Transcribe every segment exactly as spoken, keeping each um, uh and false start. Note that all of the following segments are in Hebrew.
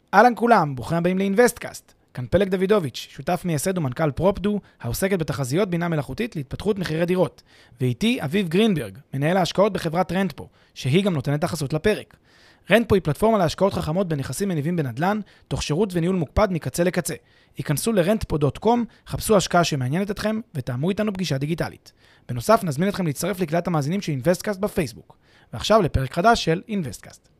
אהלן כולם, ברוכים הבאים לאינבסטקאסט. כאן פלג דוידוביץ', שותף מייסד ומנכ"ל פרופדו, העוסקת בתחזיות בינה מלאכותית להתפתחות מחירי דירות. ואיתי אביב גרינברג, מנהל ההשקעות בחברת רנטפו, שהיא גם נותנת החסות לפרק. רנטפו היא פלטפורמה להשקעות חכמות בנכסים מניבים בנדל"ן, תוך שירות וניהול מוקפד מקצה לקצה. היכנסו ל-רנטפו דוט קום, חפשו השקעה שמעניינת אתכם ותאמו איתנו פגישה דיגיטלית. בנוסף, נזמין אתכם להצטרף לקהילת המאזינים של אינבסטקאסט בפייסבוק. ועכשיו לפרק חדש של אינבסטקאסט.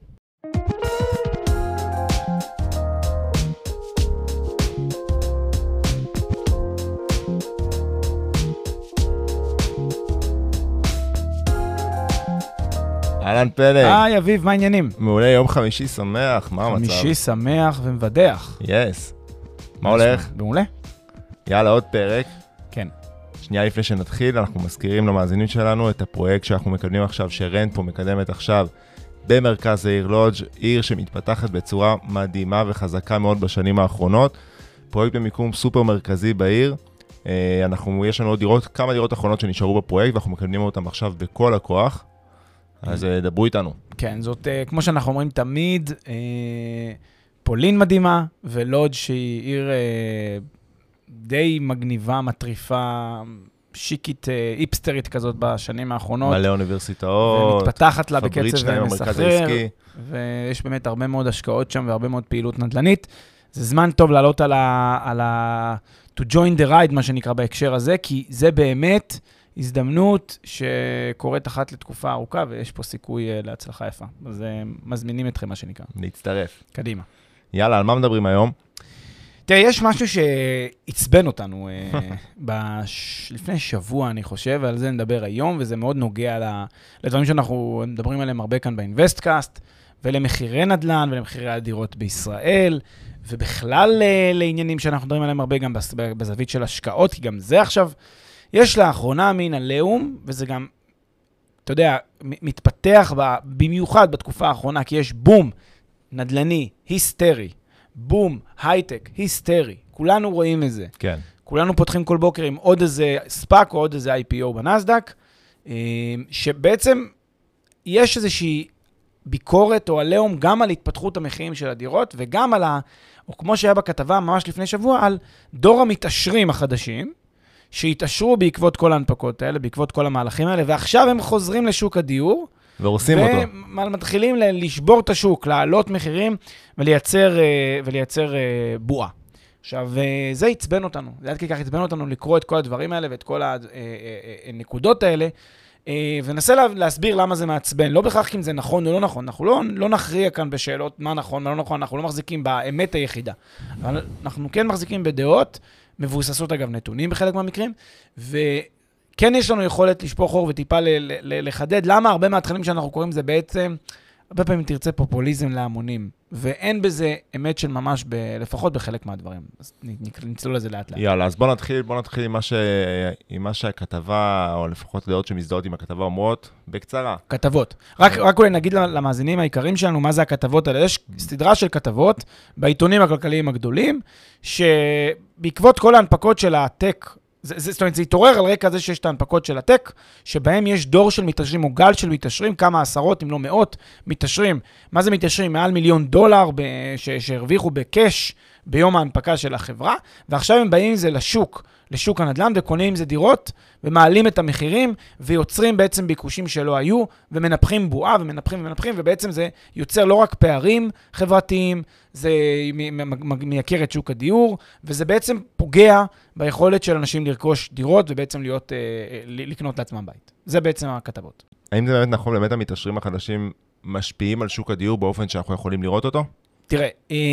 אהלן פלג. היי אביב, מה העניינים? מעולה, יום חמישי שמח, מה המצב? חמישי שמח ומבדח. יס. מה הולך? מעולה. יאללה, עוד פרק. כן. שנייה לפני שנתחיל, אנחנו מזכירים למאזינים שלנו את הפרויקט שאנחנו מקדמים עכשיו, שרנטפו מקדמת עכשיו במרכז העיר לודג', עיר שמתפתחת בצורה מדהימה וחזקה מאוד בשנים האחרונות. פרויקט במיקום סופר מרכזי בעיר. אנחנו, יש לנו עוד דירות, כמה דירות אחרונות שנשארו בפרויקט, ואנחנו מקדמים אותם עכשיו בכל הכוח. אז דברו איתנו. כן, זאת, כמו שאנחנו אומרים תמיד, פולין מדהימה, ולודג' שהיא עיר די מגניבה, מטריפה, שיקית, איפסטרית כזאת בשנים האחרונות. מלא אוניברסיטאות. ומתפתחת לה בקצב מסחרר. ויש באמת הרבה מאוד השקעות שם, והרבה מאוד פעילות נדל"נית. זה זמן טוב לעלות על ה... על ה... to join the ride, מה שנקרא בהקשר הזה, כי זה באמת... הזדמנות שקורית אחת לתקופה ארוכה, ויש פה סיכוי להצלחה יפה. אז מזמינים אתכם, מה שנקרא. להצטרף. קדימה. יאללה, על מה מדברים היום? תראה, יש משהו שהצבן אותנו בש... לפני שבוע, אני חושב, ועל זה נדבר היום, וזה מאוד נוגע לדברים שאנחנו מדברים עליהם הרבה כאן באינבסטקאסט, ולמחירי נדל"ן, ולמחירי הדירות בישראל, ובכלל לעניינים שאנחנו מדברים עליהם הרבה גם בזווית של השקעות, כי גם זה עכשיו... יש לאחרונה מן הלאום, וזה גם, אתה יודע, מתפתח במיוחד בתקופה האחרונה, כי יש בום נדל"ני, היסטרי, בום הייטק, היסטרי. כולנו רואים את זה. כן. כולנו פותחים כל בוקר עם עוד איזה ספאק או עוד איזה איי פי או בנסדק, שבעצם יש איזושהי ביקורת או הלאום גם על התפתחות המחירים של הדירות, וגם על ה... או כמו שהיה בכתבה ממש לפני שבוע, על דור המתעשרים החדשים, שהתעשרו בעקבות כל ההנפקות האלה, בעקבות כל המהלכים האלה, ועכשיו הם חוזרים לשוק הדיור. והורסים אותו. ומתחילים לשבור את השוק, לעלות מחירים, ולייצר, ולייצר בועה. עכשיו, זה יצבן אותנו. זה עד ככה יצבן אותנו לקרוא את כל הדברים האלה, ואת כל הנקודות האלה, וננסה להסביר למה זה מעצבן. לא בכך אם זה נכון או לא נכון. אנחנו לא, לא נכריע כאן בשאלות מה נכון, מה לא נכון. אנחנו לא מחזיקים באמת היחידה. אבל אנחנו כן מחזיקים בדעות, מבוססות אגב נתונים בחלק מהמקרים, וכן יש לנו יכולת לשפוך אור וטיפה ל- ל- לחדד, למה הרבה מהתכנים שאנחנו קוראים זה בעצם, הרבה פעמים תרצה פופוליזם להמונים, ואין בזה אמת של ממש, ב- לפחות בחלק מהדברים. אז נצלול לזה לאט לאט. יאללה, אז בוא נתחיל, בוא נתחיל עם מה, ש... עם מה שהכתבה, או לפחות דעות שמזדהות עם הכתבה אומרות, בקצרה. כתבות. רק, רק אולי נגיד למאזינים העיקרים שלנו, מה זה הכתבות האלה. יש סדרה של כתבות בעיתונים הכלכליים הגדולים, שבעקבות כל ההנפקות של הטק, זה, זה, זאת אומרת, זה יתעורר על רקע זה שיש את ההנפקות של הטק, שבהם יש דור של מתעשרים או גל של מתעשרים, כמה עשרות אם לא מאות מתעשרים. מה זה מתעשרים? מעל מיליון דולר ש- שהרוויחו בקש ביום ההנפקה של החברה, ועכשיו הם באים עם זה לשוק, לשוק הנדל"ן, וקונים עם זה דירות, ומעלים את המחירים, ויוצרים בעצם ביקושים שלא היו, ומנפחים בועה, ומנפחים ומנפחים, ובעצם זה יוצר לא רק פערים חברתיים, זה מייקר את שוק הדיור, וזה בעצם פוגע ביכולת של אנשים לרכוש דירות, ובעצם להיות, לקנות לעצמם בית. זה בעצם הכתבות. האם זה באמת נכון, באמת המתעשרים החדשים משפיעים על שוק הדיור באופן שאנחנו יכולים לראות אותו? תראה,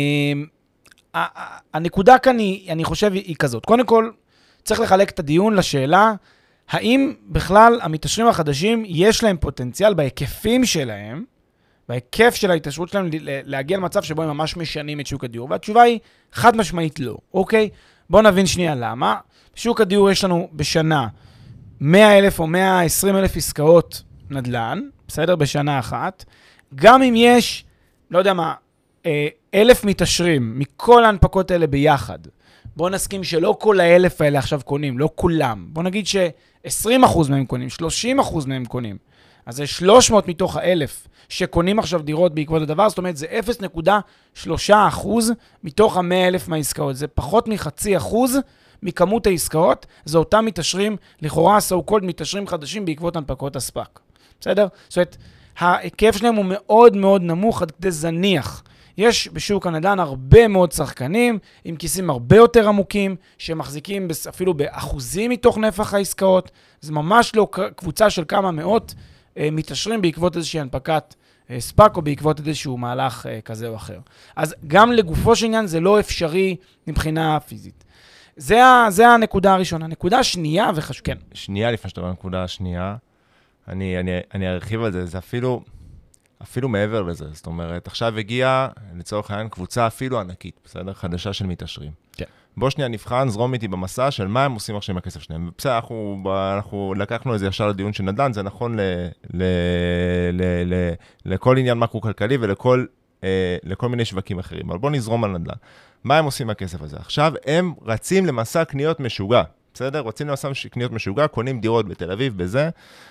הנקודה כאן היא, אני חושב, היא כזאת. קודם כל, צריך לחלק את הדיון לשאלה, האם בכלל המתעשרים החדשים יש להם פוטנציאל בהיקפים שלהם, בהיקף של ההתעשרות שלהם להגיע למצב שבו הם ממש משנים את שוק הדיור, והתשובה היא חד משמעית לא, אוקיי? בואו נבין שנייה למה. בשוק הדיור יש לנו בשנה מאה אלף או מאה ועשרים אלף עסקאות נדל"ן, בסדר? בשנה אחת. גם אם יש, לא יודע מה, אלף מתעשרים מכל ההנפקות האלה ביחד, בואו נסכים שלא כל האלף האלה עכשיו קונים, לא כולם. בואו נגיד ש-עשרים אחוז מהם קונים, שלושים אחוז מהם קונים. אז זה שלוש מאות מתוך האלף שקונים עכשיו דירות בעקבות הדבר, זאת אומרת, זה אפס נקודה שלושה אחוז מתוך ה-מאה אלף מהעסקאות. זה פחות מחצי אחוז מכמות העסקאות, זה אותם מתאשרים, לכאורה so called מתאשרים חדשים בעקבות הנפקות הספק. בסדר? זאת אומרת, ההיקף שלהם הוא מאוד מאוד נמוך עד כדי זניח. יש בשוק הנדל"ן הרבה מאוד שחקנים, עם כיסים הרבה יותר עמוקים, שמחזיקים אפילו באחוזים מתוך נפח העסקאות. זה ממש לא קבוצה של כמה מאות אה, מתאשרים בעקבות איזושהי הנפקת אה, ספק, או בעקבות איזשהו מהלך אה, כזה או אחר. אז גם לגופו של עניין זה לא אפשרי מבחינה פיזית. זה, זה הנקודה הראשונה. נקודה שנייה וחשוב, כן. שנייה לפני שאתה בנקודה השנייה, אני, אני, אני ארחיב על זה, זה אפילו... אפילו מעבר לזה, זאת אומרת, עכשיו הגיעה, לצורך העניין, קבוצה אפילו ענקית, בסדר? חדשה של מתאשרים. כן. בוא שנייה נבחן, זרום איתי במסע של מה הם עושים עכשיו עם הכסף שלהם. בסדר, אנחנו, אנחנו לקחנו איזה ישר לדיון של נדל"ן, זה נכון ל, ל, ל, ל, לכל עניין מקרו-כלכלי ולכל אה, לכל מיני שווקים אחרים. אבל בוא נזרום על נדל"ן. מה הם עושים עם הכסף הזה? עכשיו הם רצים למסע קניות משוגע, בסדר? רצים למסע קניות משוגע, קונים דירות בתל אביב, בזה.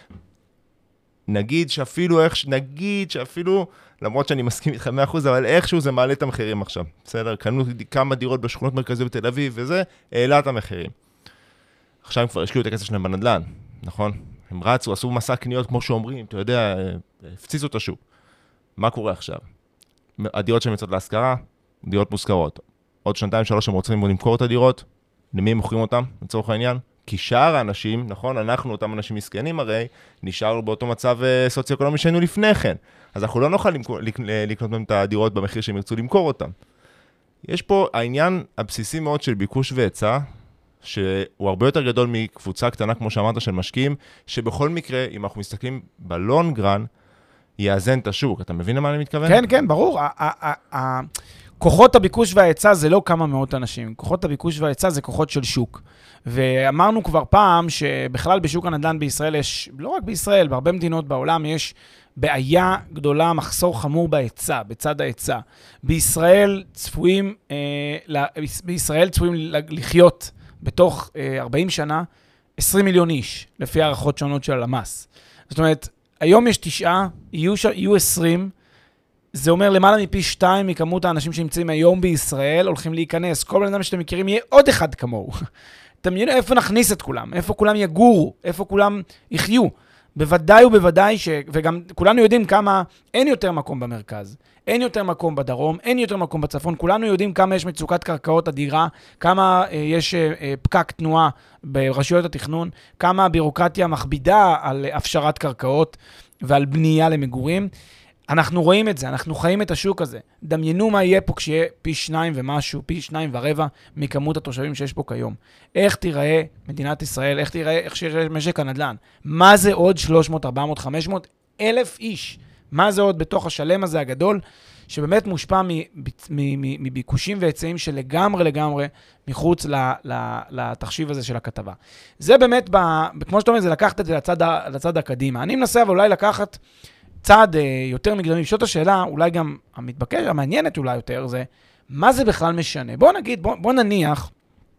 נגיד שאפילו, איך, נגיד שאפילו, למרות שאני מסכים איתך מאה אחוז, אבל איכשהו זה מעלה את המחירים עכשיו. בסדר? קנו כמה דירות בשכונות מרכזיות בתל אביב, וזה העלה את המחירים. עכשיו הם כבר השקיעו את הכסף שלהם בנדל"ן, נכון? הם רצו, עשו מסע קניות כמו שאומרים, אתה יודע, הפציצו את השוק. מה קורה עכשיו? הדירות שהן יוצאות להשכרה, דירות מושכרות. עוד שנתיים, שלוש, הם רוצים למכור את הדירות, למי הם מוכרים אותם, לצורך העניין? כי שאר האנשים, נכון, אנחנו, אותם אנשים מסכנים הרי, נשארנו באותו מצב סוציו-אקונומי שהיינו לפני כן. אז אנחנו לא נוכל לקנות מהם את הדירות במחיר שהם ירצו למכור אותם. יש פה העניין הבסיסי מאוד של ביקוש והיצע, שהוא הרבה יותר גדול מקבוצה קטנה, כמו שאמרת, של משקיעים, שבכל מקרה, אם אנחנו מסתכלים בלונגרן, יאזן את השוק. אתה מבין למה אני מתכוון? כן, כן, ברור. כוחות הביקוש וההיצע זה לא כמה מאות אנשים. כוחות הביקוש וההיצע זה כוחות של שוק. ואמרנו כבר פעם שבכלל בשוק הנדל"ן בישראל יש, לא רק בישראל, בהרבה מדינות בעולם יש בעיה גדולה, מחסור חמור בהיצע, בצד ההיצע. בישראל צפויים, אה, בישראל צפויים לחיות בתוך אה, ארבעים שנה עשרים מיליון איש, לפי הערכות שונות של הלמ"ס. זאת אומרת, היום יש תשעה, יהיו, ש... יהיו עשרים, זה אומר למעלה מפי שתיים מכמות האנשים שנמצאים היום בישראל, הולכים להיכנס. כל בן אדם שאתם מכירים יהיה עוד אחד כמוהו. תמיינו איפה נכניס את כולם, איפה כולם יגורו, איפה כולם יחיו. בוודאי ובוודאי, ש... וגם כולנו יודעים כמה אין יותר מקום במרכז, אין יותר מקום בדרום, אין יותר מקום בצפון, כולנו יודעים כמה יש מצוקת קרקעות אדירה, כמה אה, יש אה, פקק תנועה ברשויות התכנון, כמה הבירוקרטיה מכבידה על הפשרת קרקעות ועל בנייה למגורים. אנחנו רואים את זה, אנחנו חיים את השוק הזה. דמיינו מה יהיה פה כשיהיה פי שניים ומשהו, פי שניים ורבע מכמות התושבים שיש פה כיום. איך תיראה מדינת ישראל, איך תיראה, איך שיראה משק הנדל"ן. מה זה עוד שלוש מאות, ארבע מאות, חמש מאות אלף איש? מה זה עוד בתוך השלם הזה הגדול, שבאמת מושפע מביקושים והיצעים שלגמרי לגמרי מחוץ לתחשיב הזה של הכתבה. זה באמת, כמו שאתה אומר, זה לקחת את זה לצד, לצד הקדימה. אני מנסה אבל אולי לקחת צעד יותר מקדמי. פשוט השאלה, אולי גם המתבקש, המעניינת אולי יותר, זה מה זה בכלל משנה? בוא נגיד, בוא, בוא נניח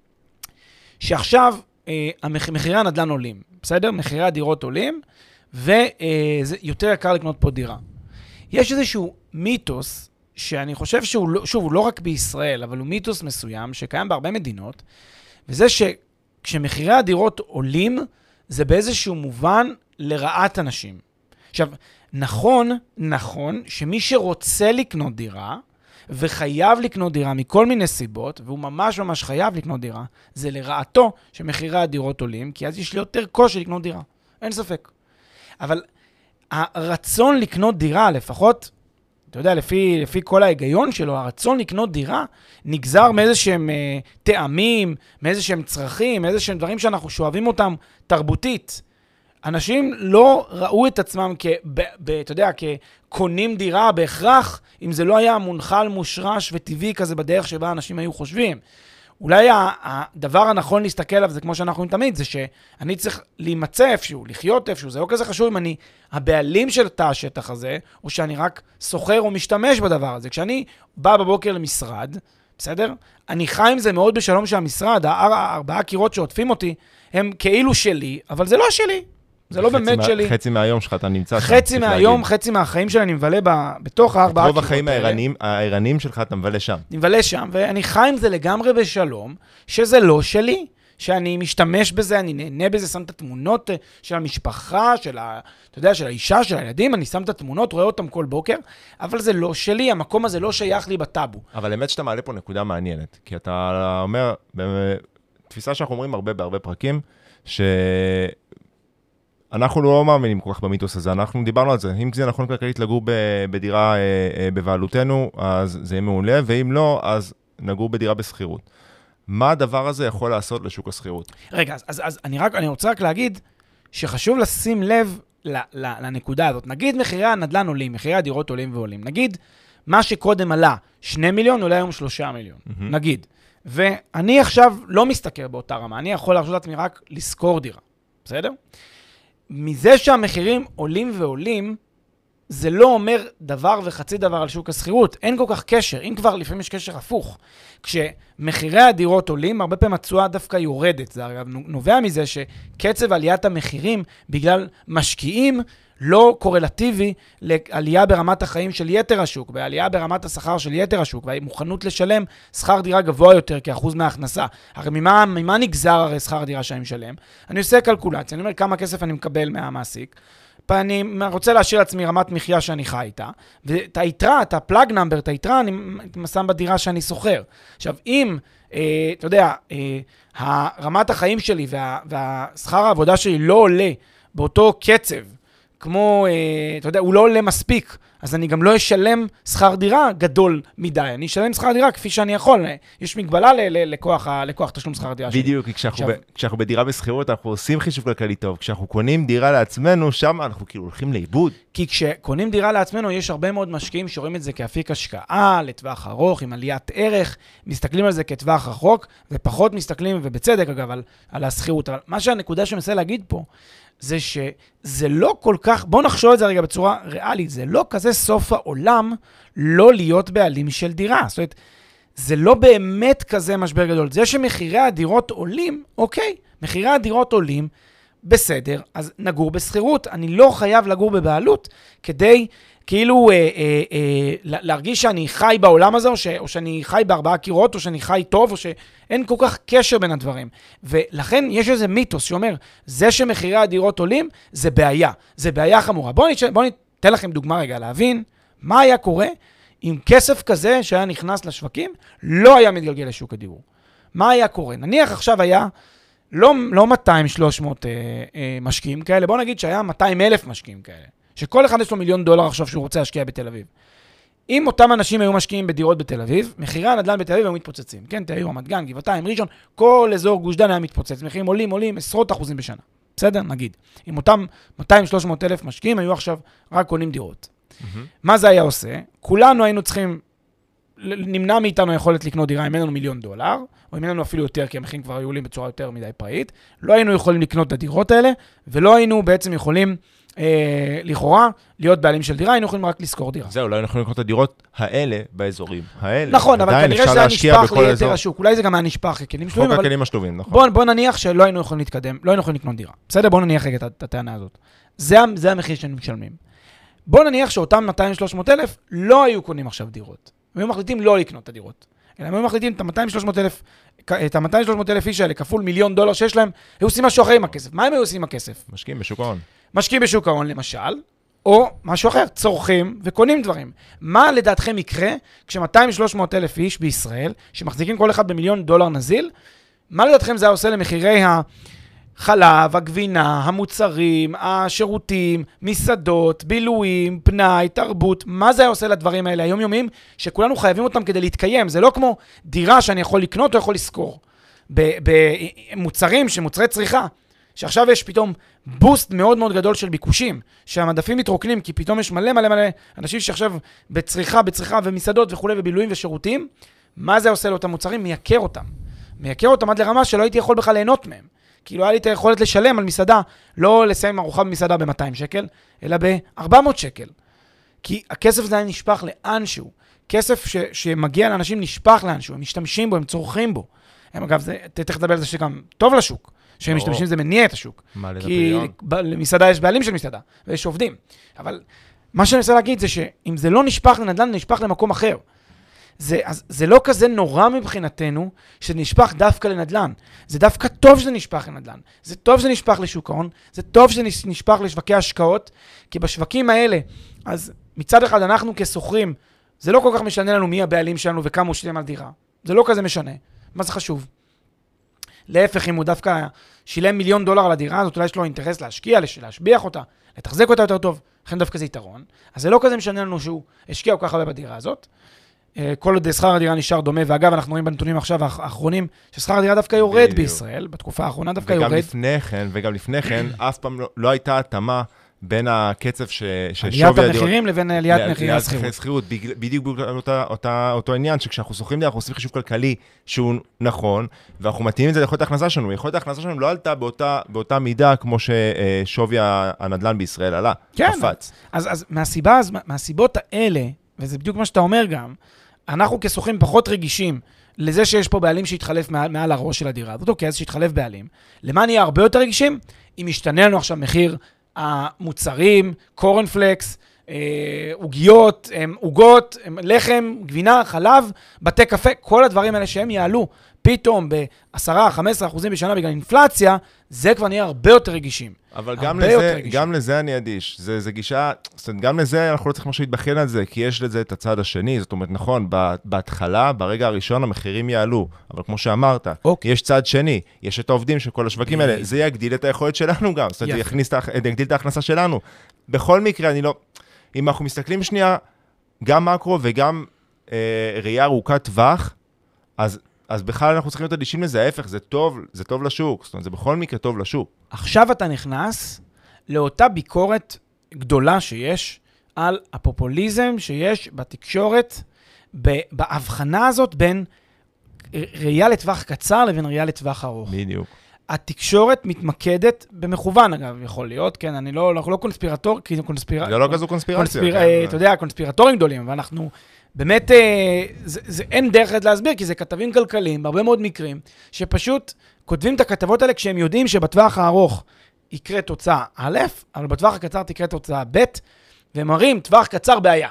שעכשיו אה, מחירי הנדל"ן עולים, בסדר? מחירי הדירות עולים, וזה יותר יקר לקנות פה דירה. יש איזשהו מיתוס, שאני חושב שהוא, לא, שוב, הוא לא רק בישראל, אבל הוא מיתוס מסוים שקיים בהרבה מדינות, וזה שכשמחירי הדירות עולים, זה באיזשהו מובן לרעת אנשים. עכשיו, נכון, נכון, שמי שרוצה לקנות דירה, וחייב לקנות דירה מכל מיני סיבות, והוא ממש ממש חייב לקנות דירה, זה לרעתו שמחירי הדירות עולים, כי אז יש לי יותר קושי לקנות דירה. אין ספק. אבל הרצון לקנות דירה, לפחות, אתה יודע, לפי, לפי כל ההיגיון שלו, הרצון לקנות דירה נגזר מאיזשהם אה, טעמים, מאיזשהם צרכים, מאיזשהם דברים שאנחנו שואבים אותם תרבותית. אנשים לא ראו את עצמם כ, ב, ב, אתה יודע, כקונים דירה בהכרח, אם זה לא היה מונחל, מושרש וטבעי כזה בדרך שבה אנשים היו חושבים. אולי הדבר הנכון להסתכל עליו, זה כמו שאנחנו אומרים תמיד, זה שאני צריך להימצא איפשהו, לחיות איפשהו, זה לא כזה חשוב אם אני הבעלים של תא השטח הזה, או שאני רק סוחר או משתמש בדבר הזה. כשאני בא בבוקר למשרד, בסדר? אני חי עם זה מאוד בשלום שהמשרד, הארבעה קירות שעוטפים אותי, הם כאילו שלי, אבל זה לא שלי. זה לא באמת שלי. חצי מהיום שלך אתה נמצא. חצי מהיום, חצי מהחיים שלי אני מבלה בתוך הארבעה קירות. רוב החיים העירניים שלך אתה מבלה שם. אני מבלה שם, ואני חי עם זה לגמרי בשלום, שזה לא שלי. שאני משתמש בזה, אני נהנה בזה, שם את התמונות של המשפחה, של ה... אתה יודע, של האישה, של הילדים, אני שם את התמונות, רואה אותם כל בוקר, אבל זה לא שלי, המקום הזה לא שייך לי בטאבו. אבל האמת שאתה מעלה פה נקודה מעניינת, כי אתה אומר, בתפיסה שאנחנו אומרים הרבה בהרבה פרקים, שאנחנו לא מאמינים כל כך במיתוס הזה, אנחנו דיברנו על זה, אם זה נכון כלכלית לגור בדירה בבעלותנו, אז זה יהיה מעולה, ואם לא, אז נגור בדירה בסחירות. מה הדבר הזה יכול לעשות לשוק הסחירות? רגע, אז, אז, אז אני, רק, אני רוצה רק להגיד שחשוב לשים לב ל, ל, לנקודה הזאת. נגיד מחירי הנדל"ן עולים, מחירי הדירות עולים ועולים. נגיד מה שקודם עלה שני מיליון, עולה היום שלושה מיליון. Mm-hmm. נגיד. ואני עכשיו לא מסתכל באותה רמה, אני יכול להרשות לעצמי רק לשכור דירה. בסדר? מזה שהמחירים עולים ועולים, זה לא אומר דבר וחצי דבר על שוק הסחירות. אין כל כך קשר. אם כבר לפעמים יש קשר הפוך. כשמחירי הדירות עולים, הרבה פעמים התשואה דווקא יורדת. זה אגב נובע מזה שקצב עליית המחירים בגלל משקיעים לא קורלטיבי לעלייה ברמת החיים של יתר השוק, בעלייה ברמת השכר של יתר השוק, והמוכנות לשלם שכר דירה גבוה יותר כאחוז מההכנסה. הרי ממה, ממה נגזר הרי שכר דירה שאני משלם? אני עושה קלקולציה, אני אומר כמה כסף אני מקבל מהמעסיק, אני רוצה להשאיר לעצמי רמת מחיה שאני חי איתה, ואת היתרה, את הפלאג נאמבר, את היתרה, אני שם בדירה שאני סוחר. עכשיו, אם, אה, אתה יודע, אה, רמת החיים שלי וה, והשכר העבודה שלי לא עולה באותו קצב, כמו, אה, אתה יודע, הוא לא עולה מספיק, אז אני גם לא אשלם שכר דירה גדול מדי. אני אשלם שכר דירה כפי שאני יכול. יש מגבלה לכוח, לכוח תשלום שכר דירה שלי. בדיוק, כשאנחנו, ב, כשאנחנו בדירה בסחירות, אנחנו עושים חישוב כלכלי טוב. כשאנחנו קונים דירה לעצמנו, שם אנחנו כאילו הולכים לאיבוד. כי כשקונים דירה לעצמנו, יש הרבה מאוד משקיעים שרואים את זה כאפיק השקעה, לטווח ארוך, עם עליית ערך, מסתכלים על זה כטווח רחוק, ופחות מסתכלים, ובצדק אגב, על, על הסחירות. אבל מה שהנקודה שמנסה להגיד פה, זה שזה לא כל כך, בואו נחשוב את זה רגע בצורה ריאלית, זה לא כזה סוף העולם לא להיות בעלים של דירה. זאת אומרת, זה לא באמת כזה משבר גדול. זה שמחירי הדירות עולים, אוקיי, מחירי הדירות עולים, בסדר, אז נגור בסחירות. אני לא חייב לגור בבעלות כדי כאילו אה, אה, אה, להרגיש שאני חי בעולם הזה, או, ש, או שאני חי בארבעה קירות, או שאני חי טוב, או שאין כל כך קשר בין הדברים. ולכן יש איזה מיתוס שאומר, זה שמחירי הדירות עולים, זה בעיה. זה בעיה חמורה. בואו ניתן, בוא ניתן לכם דוגמה רגע להבין מה היה קורה אם כסף כזה שהיה נכנס לשווקים, לא היה מתגלגל לשוק הדיור. מה היה קורה? נניח עכשיו היה לא, לא מאתיים שלוש מאות אה, אה, משקיעים כאלה, בואו נגיד שהיה מאתיים אלף משקיעים כאלה. שכל אחד יש לו מיליון דולר עכשיו שהוא רוצה להשקיע בתל אביב. אם אותם אנשים היו משקיעים בדירות בתל אביב, מחירי הנדל"ן בתל אביב היו מתפוצצים. כן, תל אביב, רמת גן, גבעתיים, ראשון, כל אזור גוש דן היה מתפוצץ. מחירים עולים, עולים, עשרות אחוזים בשנה. בסדר? נגיד. אם אותם מאתיים שלוש מאות אלף משקיעים היו עכשיו רק קונים דירות. Mm-hmm. מה זה היה עושה? כולנו היינו צריכים, נמנע מאיתנו היכולת לקנות דירה אם אין לנו מיליון דולר, או אם אין לנו אפילו יותר, כי המחירים כבר היו עולים בצורה יותר מדי פראית. לא היינו יכולים לקנות את הדירות האלה, ולא היינו בעצם יכולים אה, לכאורה, להיות בעלים של דירה, היינו יכולים רק לשכור דירה. זהו, לא היינו יכולים לקנות את הדירות האלה באזורים האלה. נכון, אבל כנראה שזה היה נשפח ליתר השוק. אולי זה גם היה נשפח כלים שלובים, אבל הכלים השלובים, נכון. בוא, בוא נניח שלא היינו יכולים להתקדם, לא היינו יכולים לקנות דירה. בסדר, בוא נניח רגע את הטענה הזאת. זה, זה המחיר שאנו משלמים. בוא נניח שאותם מאתיים שלוש מאות אלף לא היו קונים עכשיו דירות. הם היו מחליטים לא לקנות את הדירות. אלא הם היו מחליטים את ה-מאתיים שלוש מאות אלף, את ה-מאתיים שלוש מאות אלף איש האלה, כפול מיליון דולר שיש להם, היו עושים משהו אחר עם הכסף. מה הם היו עושים עם הכסף? משקיעים בשוק ההון. משקיעים בשוק ההון, למשל, או משהו אחר, צורכים וקונים דברים. מה לדעתכם יקרה כש-מאתיים שלוש מאות אלף איש בישראל, שמחזיקים כל אחד במיליון דולר נזיל, מה לדעתכם זה היה עושה למחירי החלב, הגבינה, המוצרים, השירותים, מסעדות, בילויים, פנאי, תרבות, מה זה היה עושה לדברים האלה היומיומיים, שכולנו חייבים אותם כדי להתקיים? זה לא כמו דירה שאני יכול לקנות או יכול לשכור. במוצרים, שמוצרי צריכה, שעכשיו יש פתאום בוסט מאוד מאוד גדול של ביקושים, שהמדפים מתרוקנים, כי פתאום יש מלא מלא מלא אנשים שעכשיו בצריכה, בצריכה ומסעדות וכו' ובילויים ושירותים, מה זה עושה לאותם מוצרים? מייקר אותם. מייקר אותם עד לרמה שלא הייתי יכול בכלל ליהנות מהם. כאילו היה לי את היכולת לשלם על מסעדה, לא לסיים ארוחה במסעדה ב-מאתיים שקל, אלא ב-ארבע מאות שקל. כי הכסף הזה נשפח לאנשהו. כסף ש- שמגיע לאנשים נשפח לאנשהו, הם משתמשים בו, הם צורכים בו. הם אגב, זה, תכף תדבר על זה שגם טוב לשוק. שהם משתמשים, זה מניע את השוק. כי למסעדה יש בעלים של מסעדה, ויש עובדים. אבל מה שאני רוצה להגיד זה שאם זה לא נשפך לנדל"ן, נשפך למקום אחר. זה, אז, זה לא כזה נורא מבחינתנו, שנשפך דווקא לנדל"ן. זה דווקא טוב שזה נשפך לנדל"ן. זה טוב שזה נשפך לשוק ההון, זה טוב שזה נשפך לשווקי השקעות, כי בשווקים האלה, אז מצד אחד אנחנו כסוחרים, זה לא כל כך משנה לנו מי הבעלים שלנו וכמה הוא שילם על דירה. זה לא כזה משנה. מה זה חשוב? להפך, אם הוא דווקא שילם מיליון דולר על הדירה, אז אולי יש לו אינטרס להשקיע, להשביח אותה, לתחזק אותה יותר טוב, לכן דווקא זה יתרון. אז זה לא כזה משנה לנו שהוא השקיע כל כך הרבה בדירה הזאת. כל עוד שכר הדירה נשאר דומה, ואגב, אנחנו רואים בנתונים עכשיו האחרונים, ששכר הדירה דווקא יורד בישראל, בתקופה האחרונה דווקא יורד. וגם לפני כן, וגם לפני כן, אף פעם לא הייתה התאמה בין הקצב ששווי הדירות... עליית המחירים לבין עליית מחירי השכירות. בדיוק אותו עניין, שכשאנחנו שוכרים דירה, אנחנו עושים חישוב כלכלי שהוא נכון, ואנחנו מתאימים את זה ליכולת ההכנסה שלנו. יכולת ההכנסה שלנו לא עלתה באותה מידה, כמו ששווי הנדל"ן בישראל עלה. כן, אז מהסיבות האלה, וזה בדיוק מה שאתה אומר גם, אנחנו כסוחרים פחות רגישים לזה שיש פה בעלים שהתחלף מעל, מעל הראש של הדירה. זאת אומרת, שהתחלף בעלים. למה נהיה הרבה יותר רגישים? אם ישתנה לנו עכשיו מחיר המוצרים, קורנפלקס, עוגיות, עוגות, לחם, גבינה, חלב, בתי קפה, כל הדברים האלה שהם יעלו פתאום ב-עשרה עד חמישה עשר אחוז בשנה בגלל אינפלציה, זה כבר נהיה הרבה יותר רגישים. אבל גם לזה, גם לזה אני אדיש. זה, זה גישה, זאת אומרת, גם לזה אנחנו לא צריכים משהו להתבחן על זה, כי יש לזה את הצד השני. זאת אומרת, נכון, בהתחלה, ברגע הראשון, המחירים יעלו. אבל כמו שאמרת, אוקיי. יש צד שני, יש את העובדים של כל השווקים האלה. זה יגדיל את היכולת שלנו גם. זאת אומרת, זה יכניס, יגדיל את ההכנסה שלנו. בכל מקרה, אני לא... אם אנחנו מסתכלים שנייה, גם מקרו וגם אה, ראייה ארוכת טווח, אז... אז בכלל אנחנו צריכים להיות אדישים לזה, ההפך, זה טוב, זה טוב לשוק, זאת אומרת, זה בכל מקרה טוב לשוק. עכשיו אתה נכנס לאותה ביקורת גדולה שיש על הפופוליזם שיש בתקשורת, בהבחנה הזאת בין ראייה לטווח קצר לבין ראייה לטווח ארוך. בדיוק. התקשורת מתמקדת במכוון, אגב, יכול להיות, כן, אני לא, אנחנו לא קונספירטור, כי קונספיר... זה לא כזו קונספירציה. קונספיר... כן. אתה יודע, קונספירטורים גדולים, ואנחנו... באמת, זה, זה אין דרך להסביר, כי זה כתבים כלכליים, בהרבה מאוד מקרים, שפשוט כותבים את הכתבות האלה כשהם יודעים שבטווח הארוך יקרה תוצאה א', אבל בטווח הקצר תקרה תוצאה ב', והם מראים טווח קצר בעיה.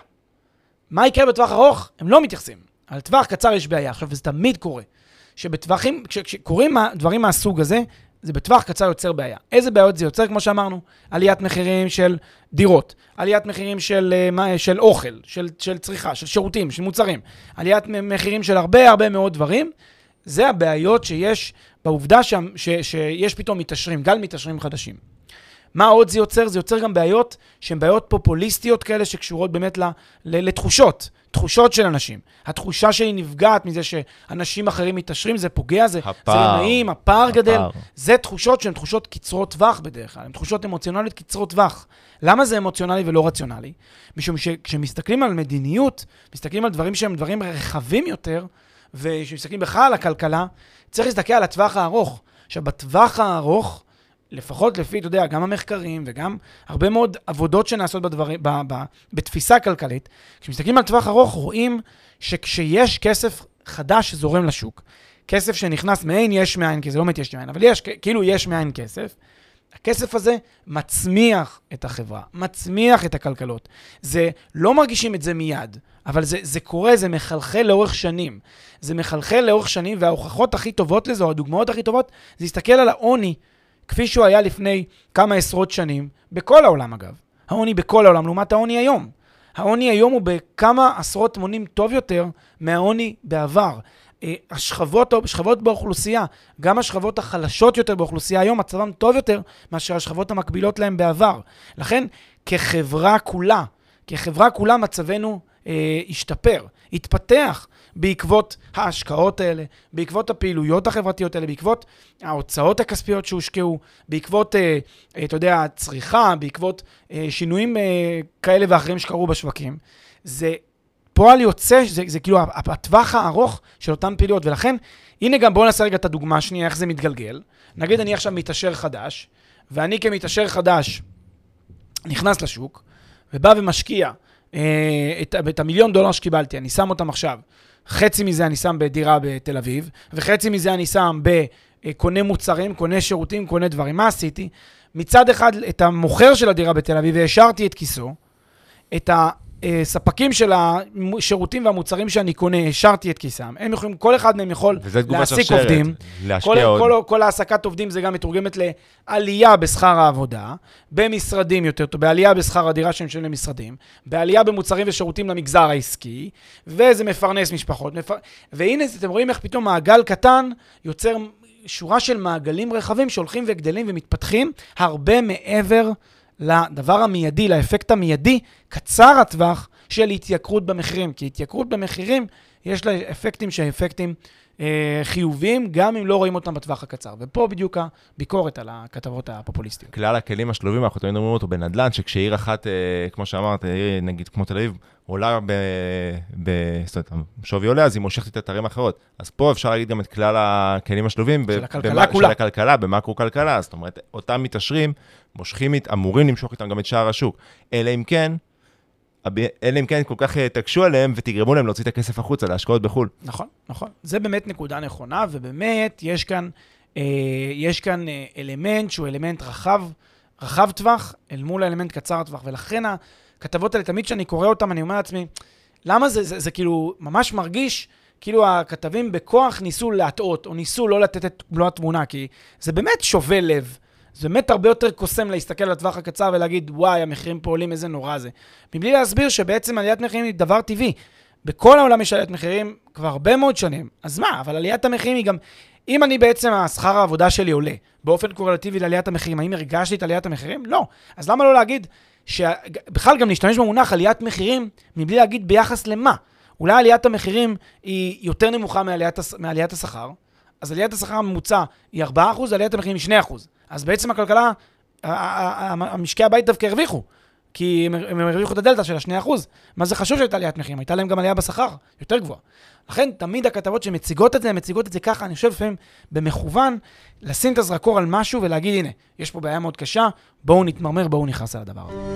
מה יקרה בטווח ארוך? הם לא מתייחסים. על טווח קצר יש בעיה. עכשיו, וזה תמיד קורה. שבטווחים, כשקוראים דברים מהסוג הזה, זה בטווח קצר יוצר בעיה. איזה בעיות זה יוצר? כמו שאמרנו, עליית מחירים של דירות, עליית מחירים של, של אוכל, של, של צריכה, של שירותים, של מוצרים, עליית מחירים של הרבה הרבה מאוד דברים. זה הבעיות שיש בעובדה ש, ש, שיש פתאום מתאשרים, גל מתאשרים חדשים. מה עוד זה יוצר? זה יוצר גם בעיות שהן בעיות פופוליסטיות כאלה שקשורות באמת לתחושות, תחושות של אנשים. התחושה שלי נפגעת מזה שאנשים אחרים מתאשרים, זה פוגע, זה, זה נעים, הפער גדל. זה תחושות שהן תחושות קצרות טווח בדרך כלל, הן תחושות אמוציונליות קצרות טווח. למה זה אמוציונלי ולא רציונלי? משום שכשמסתכלים על מדיניות, מסתכלים על דברים שהם דברים רחבים יותר, וכשמסתכלים בכלל על הכלכלה, צריך להסתכל על הטווח הארוך. עכשיו, בטווח הארוך, לפחות לפי, אתה יודע, גם המחקרים וגם הרבה מאוד עבודות שנעשות בדברים, ב, ב, בתפיסה כלכלית, כשמסתכלים על טווח ארוך, רואים שכשיש כסף חדש שזורם לשוק, כסף שנכנס מעין יש מעין, כי זה לא מת יש מעין, אבל יש, כאילו יש מעין כסף, הכסף הזה מצמיח את החברה, מצמיח את הכלכלות. זה, לא מרגישים את זה מיד, אבל זה, זה קורה, זה מחלחל לאורך שנים. זה מחלחל לאורך שנים, וההוכחות הכי טובות לזה, או הדוגמאות הכי טובות, זה להסתכל על העוני, כפי שהוא היה לפני כמה עשרות שנים, בכל העולם אגב. העוני בכל העולם, לעומת העוני היום. העוני היום הוא בכמה עשרות מונים טוב יותר מהעוני בעבר. השכבות, השכבות באוכלוסייה, גם השכבות החלשות יותר באוכלוסייה היום, מצבם טוב יותר מאשר השכבות המקבילות להם בעבר. לכן, כחברה כולה, כחברה כולה מצבנו אה, השתפר, התפתח בעקבות ההשקעות האלה, בעקבות הפעילויות החברתיות האלה, בעקבות ההוצאות הכספיות שהושקעו, בעקבות, אה, אה, אתה יודע, הצריכה, בעקבות אה, שינויים אה, כאלה ואחרים שקרו בשווקים. זה פועל יוצא, זה, זה כאילו הטווח הארוך של אותן פעילויות, ולכן, הנה גם בואו נעשה רגע את הדוגמה השנייה, איך זה מתגלגל. נגיד אני עכשיו מתאשר חדש, ואני כמתאשר חדש נכנס לשוק, ובא ומשקיע אה, את, את המיליון דולר שקיבלתי, אני שם אותם עכשיו, חצי מזה אני שם בדירה בתל אביב, וחצי מזה אני שם קונה מוצרים, קונה שירותים, קונה דברים. מה עשיתי? מצד אחד, את המוכר של הדירה בתל אביב, והשארתי את כיסו, את הספקים של השירותים והמוצרים שאני קונה, השארתי את כיסם. הם יכולים, כל אחד מהם יכול להעסיק עובדים. כל, כל, כל העסקת עובדים זה גם מתורגמת לעלייה בשכר העבודה, במשרדים יותר טוב, בעלייה בשכר הדירה שהם שהם למשרדים, בעלייה במוצרים ושירותים למגזר העסקי, וזה מפרנס משפחות. מפר... והנה, אתם רואים איך פתאום מעגל קטן יוצר שורה של מעגלים רחבים שהולכים וגדלים ומתפתחים הרבה מעבר לדבר המיידי, לאפקט המיידי, קצר הטווח של התייקרות במחירים. כי התייקרות במחירים יש לה אפקטים שהאפקטים אה, חיוביים, גם אם לא רואים אותם בטווח הקצר. ופה בדיוק הביקורת על הכתבות הפופוליסטיות. כלל הכלים השלובים, אנחנו תמיד אומרים אותו בנדל"ן, שכשעיר אחת, אה, כמו שאמרת, עיר נגיד כמו תל אביב, עולה ב... ב... זאת אומרת, שווי עולה, אז היא מושכת את אתרים אחרות. אז פה אפשר להגיד גם את כלל הכלים השלובים, של הכלכלה כולה. של הכלכלה, במקרו-כלכלה. זאת אומרת, אותם מתעשרים, מושכים, אמורים למשוך איתם גם את שער השוק. אלא אם כן, אלא אם כן כל כך תקשו עליהם ותגרמו להם להוציא את הכסף החוצה, להשקעות בחול. נכון, נכון. זה באמת נקודה נכונה, ובאמת יש כאן, אה, יש כאן אלמנט שהוא אלמנט רחב, רחב טווח, אל מול האלמנט קצר טווח, ולכן הכתבות האלה, תמיד שאני קורא אותם, אני אומר לעצמי, למה זה, זה, זה כאילו ממש מרגיש, כאילו הכתבים בכוח ניסו להטעות, או ניסו לא לתת את מלוא התמונה, כי זה באמת שובה לב, זה באמת הרבה יותר קוסם להסתכל על הטווח הקצר ולהגיד, וואי, המחירים פה עולים, איזה נורא זה. מבלי להסביר שבעצם עליית מחירים היא דבר טבעי. בכל העולם יש עליית מחירים כבר הרבה מאוד שנים. אז מה? אבל עליית המחירים היא גם, אם אני בעצם, השכר העבודה שלי עולה, באופן קורלטיבי לעליית המחירים, האם הרגשתי את עליית המחירים? לא. אז למה לא להגיד, שבכלל גם להשתמש במונח עליית מחירים, מבלי להגיד ביחס למה? אולי עליית המחירים היא יותר נמוכה מעליית, מעליית השכר, אז עליית השכר הממוצע היא ארבעה אחוז, עליית המחירים היא שני אחוז. אז בעצם הכלכלה, המשקי הבית דווקא הרוויחו, כי הם הרוויחו את הדלטה של ה-שני אחוז. מה זה חשוב שהייתה עליית מחירים? הייתה להם גם עלייה בשכר, יותר גבוהה. לכן תמיד הכתבות שמציגות את זה, מציגות את זה ככה, אני חושב לפעמים במכוון, לשים את הזרקור על משהו ולהגיד, הנה, יש פה בעיה מאוד קשה, בואו נתמרמר, בואו נכנס על הדבר הזה.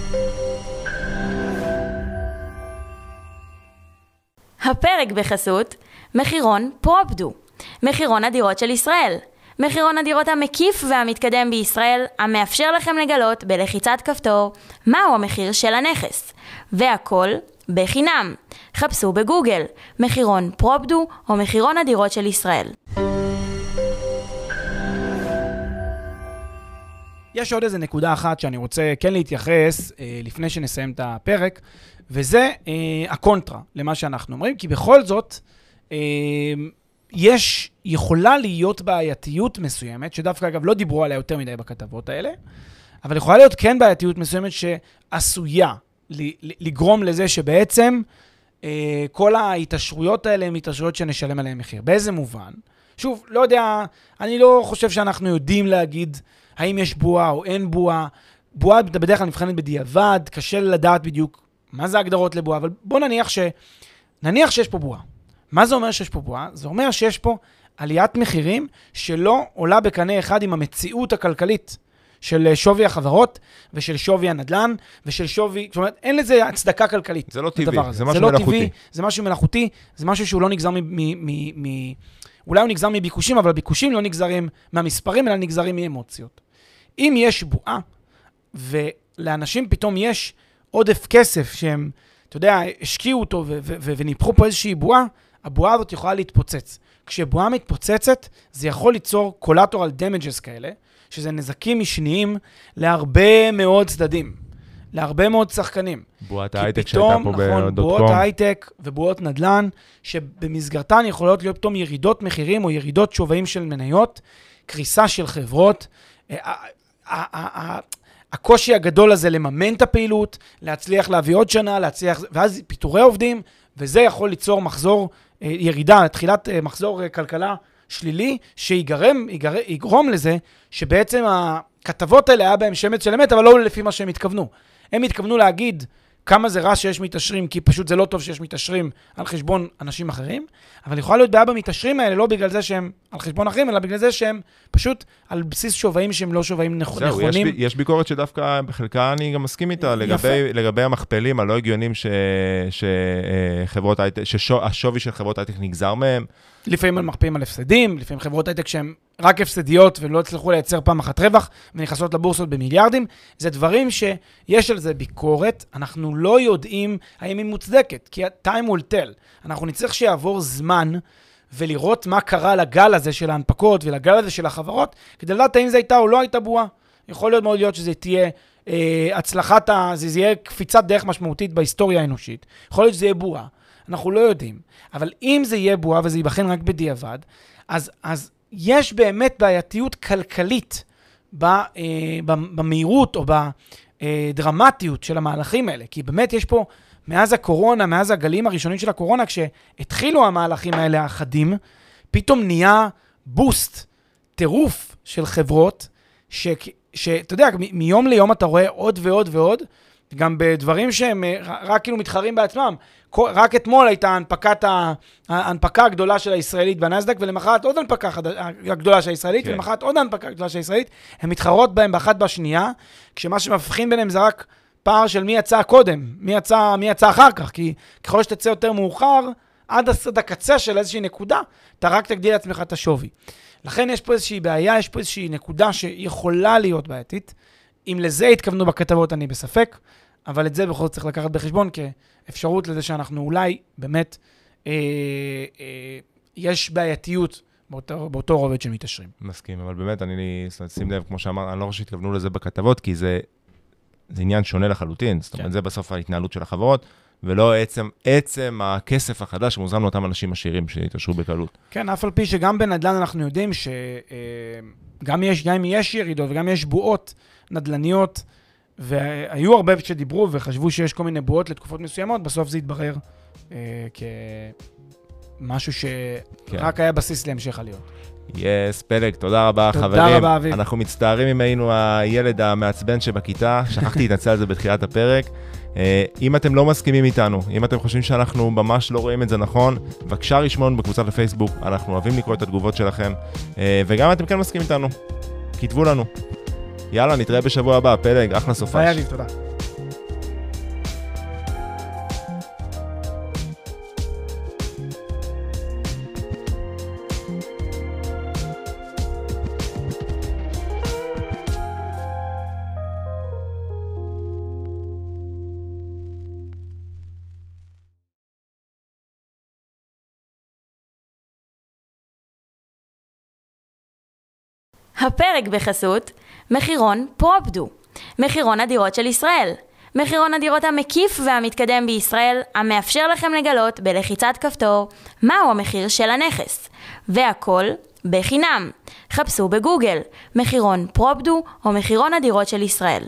הפרק בחסות מחירון פרופדו, מחירון הדירות של ישראל. מחירון הדירות המקיף והמתקדם בישראל, המאפשר לכם לגלות בלחיצת כפתור מהו המחיר של הנכס. והכל בחינם. חפשו בגוגל, מחירון פרופדו או מחירון הדירות של ישראל. יש עוד איזה נקודה אחת שאני רוצה כן להתייחס אה, לפני שנסיים את הפרק, וזה אה, הקונטרה למה שאנחנו אומרים, כי בכל זאת, אה, יש, יכולה להיות בעייתיות מסוימת, שדווקא אגב לא דיברו עליה יותר מדי בכתבות האלה, אבל יכולה להיות כן בעייתיות מסוימת שעשויה לגרום לזה שבעצם אה, כל ההתעשרויות האלה הן התעשרויות שנשלם עליהן מחיר. באיזה מובן? שוב, לא יודע, אני לא חושב שאנחנו יודעים להגיד האם יש בועה או אין בועה. בועה בדרך כלל נבחנת בדיעבד, קשה לדעת בדיוק מה זה הגדרות לבועה, אבל בוא נניח ש... נניח שיש פה בועה. מה זה אומר שיש פה בועה? זה אומר שיש פה עליית מחירים שלא עולה בקנה אחד עם המציאות הכלכלית של שווי החברות ושל שווי הנדל"ן ושל שווי, זאת אומרת, אין לזה הצדקה כלכלית. זה לא טבעי, זה משהו זה לא מלאכותי. טבעי, זה משהו מלאכותי, זה משהו שהוא לא נגזר מ... מ, מ, מ אולי הוא נגזר מביקושים, אבל הביקושים לא נגזרים מהמספרים, אלא נגזרים מאמוציות. אם יש בועה, ולאנשים פתאום יש עודף כסף שהם, אתה יודע, השקיעו אותו ו- ו- ו- וניפחו פה איזושהי בועה, הבועה הזאת יכולה להתפוצץ. כשבועה מתפוצצת, זה יכול ליצור collateral damages כאלה, שזה נזקים משניים להרבה מאוד צדדים, להרבה מאוד שחקנים. בועת ההייטק שהייתה פה בדוט קום. בועות ההייטק ובועות נדל"ן, שבמסגרתן יכולות להיות פתאום ירידות מחירים או ירידות שווים של מניות, קריסה של חברות, הקושי הגדול הזה לממן את הפעילות, להצליח להביא עוד שנה, להצליח, ואז פיטורי עובדים, וזה יכול ליצור מחזור ירידה, תחילת מחזור כלכלה שלילי, שיגרם, יגרם, יגרום לזה שבעצם הכתבות האלה היה בהם שמץ של אמת, אבל לא לפי מה שהם התכוונו. הם התכוונו להגיד כמה זה רע שיש מתעשרים, כי פשוט זה לא טוב שיש מתעשרים על חשבון אנשים אחרים, אבל יכולה להיות בעיה במתעשרים האלה, לא בגלל זה שהם על חשבון אחרים, אלא בגלל זה שהם פשוט על בסיס שווים שהם לא שווים נכונים. זהו, יש, יש ביקורת שדווקא בחלקה אני גם מסכים איתה, לגבי, לגבי המכפלים הלא הגיונים ש, שחברות הייטק, שהשווי של חברות הייטק נגזר מהם. לפעמים הם מכפילים על הפסדים, לפעמים חברות הייטק שהן רק הפסדיות ולא הצליחו לייצר פעם אחת רווח, ונכנסות לבורסות במיליארדים. זה דברים שיש על זה ביקורת, אנחנו לא יודעים האם היא מוצדקת, כי time will tell. אנחנו נצטרך שיעבור זמן, ולראות מה קרה לגל הזה של ההנפקות, ולגל הזה של החברות, כדי לדעת האם זה הייתה או לא הייתה בועה. יכול להיות מאוד להיות שזה תהיה אה, הצלחת, ה... זה יהיה קפיצת דרך משמעותית בהיסטוריה האנושית. יכול להיות שזה יהיה בועה. אנחנו לא יודעים. אבל אם זה יהיה בועה, וזה ייבחן רק בדיעבד, אז, אז יש באמת בעייתיות כלכלית ב, אה, במהירות או בדרמטיות של המהלכים האלה. כי באמת יש פה, מאז הקורונה, מאז הגלים הראשונים של הקורונה, כשהתחילו המהלכים האלה האחדים, פתאום נהיה בוסט, טירוף של חברות, ש... שאתה יודע, מ- מיום ליום אתה רואה עוד ועוד ועוד, גם בדברים שהם רק כאילו מתחרים בעצמם. רק אתמול הייתה ההנפקת, ההנפקה הגדולה של הישראלית בנסדק, ולמחרת עוד הנפקה הגדולה של הישראלית, כן. ולמחרת עוד הנפקה הגדולה של הישראלית, הן מתחרות בהם באחת בשנייה, כשמה שמבחין ביניהם זה רק פער של מי יצא קודם, מי יצא, מי יצא אחר כך, כי ככל שתצא יותר מאוחר, עד הקצה של איזושהי נקודה, אתה רק תגדיל לעצמך את השווי. לכן יש פה איזושהי בעיה, יש פה איזושהי נקודה שיכולה להיות בעייתית. אם לזה התכוונו בכתבות אני בספק, אבל את זה בכל זאת צריך לקחת בחשבון כאפשרות לזה שאנחנו אולי באמת, אה, אה, יש בעייתיות באותו, באותו רובד של מתאשרים. מסכים, אבל באמת אני שים לב, כמו שאמר, אני לא חושב שהתכוונו לזה בכתבות, כי זה, זה עניין שונה לחלוטין. זאת אומרת, כן. זה בסוף ההתנהלות של החברות. ולא עצם, עצם הכסף החדש שמוזרם לאותם אנשים עשירים שהתעשרו בקלות. כן, אף על פי שגם בנדל"ן אנחנו יודעים שגם יש, גם יש ירידות וגם יש בועות נדל"ניות, והיו הרבה שדיברו וחשבו שיש כל מיני בועות לתקופות מסוימות, בסוף זה התברר אה, כמשהו שרק כן. היה בסיס להמשך עליות. יס, פלג, תודה רבה, תודה חברים. תודה רבה, אביב. אנחנו מצטערים אם היינו הילד המעצבן שבכיתה, שכחתי להתנצל על זה בתחילת הפרק. אם אתם לא מסכימים איתנו, אם אתם חושבים שאנחנו ממש לא רואים את זה נכון, בבקשה רשמון בקבוצת לפייסבוק, אנחנו אוהבים לקרוא את התגובות שלכם, וגם אם אתם כן מסכימים איתנו, כתבו לנו. יאללה, נתראה בשבוע הבא, פלג, אחלה סופש. ביי אביב, תודה. הפרק בחסות מחירון פרופדו, מחירון הדירות של ישראל. מחירון הדירות המקיף והמתקדם בישראל, המאפשר לכם לגלות בלחיצת כפתור מהו המחיר של הנכס. והכל בחינם. חפשו בגוגל, מחירון פרופדו או מחירון הדירות של ישראל.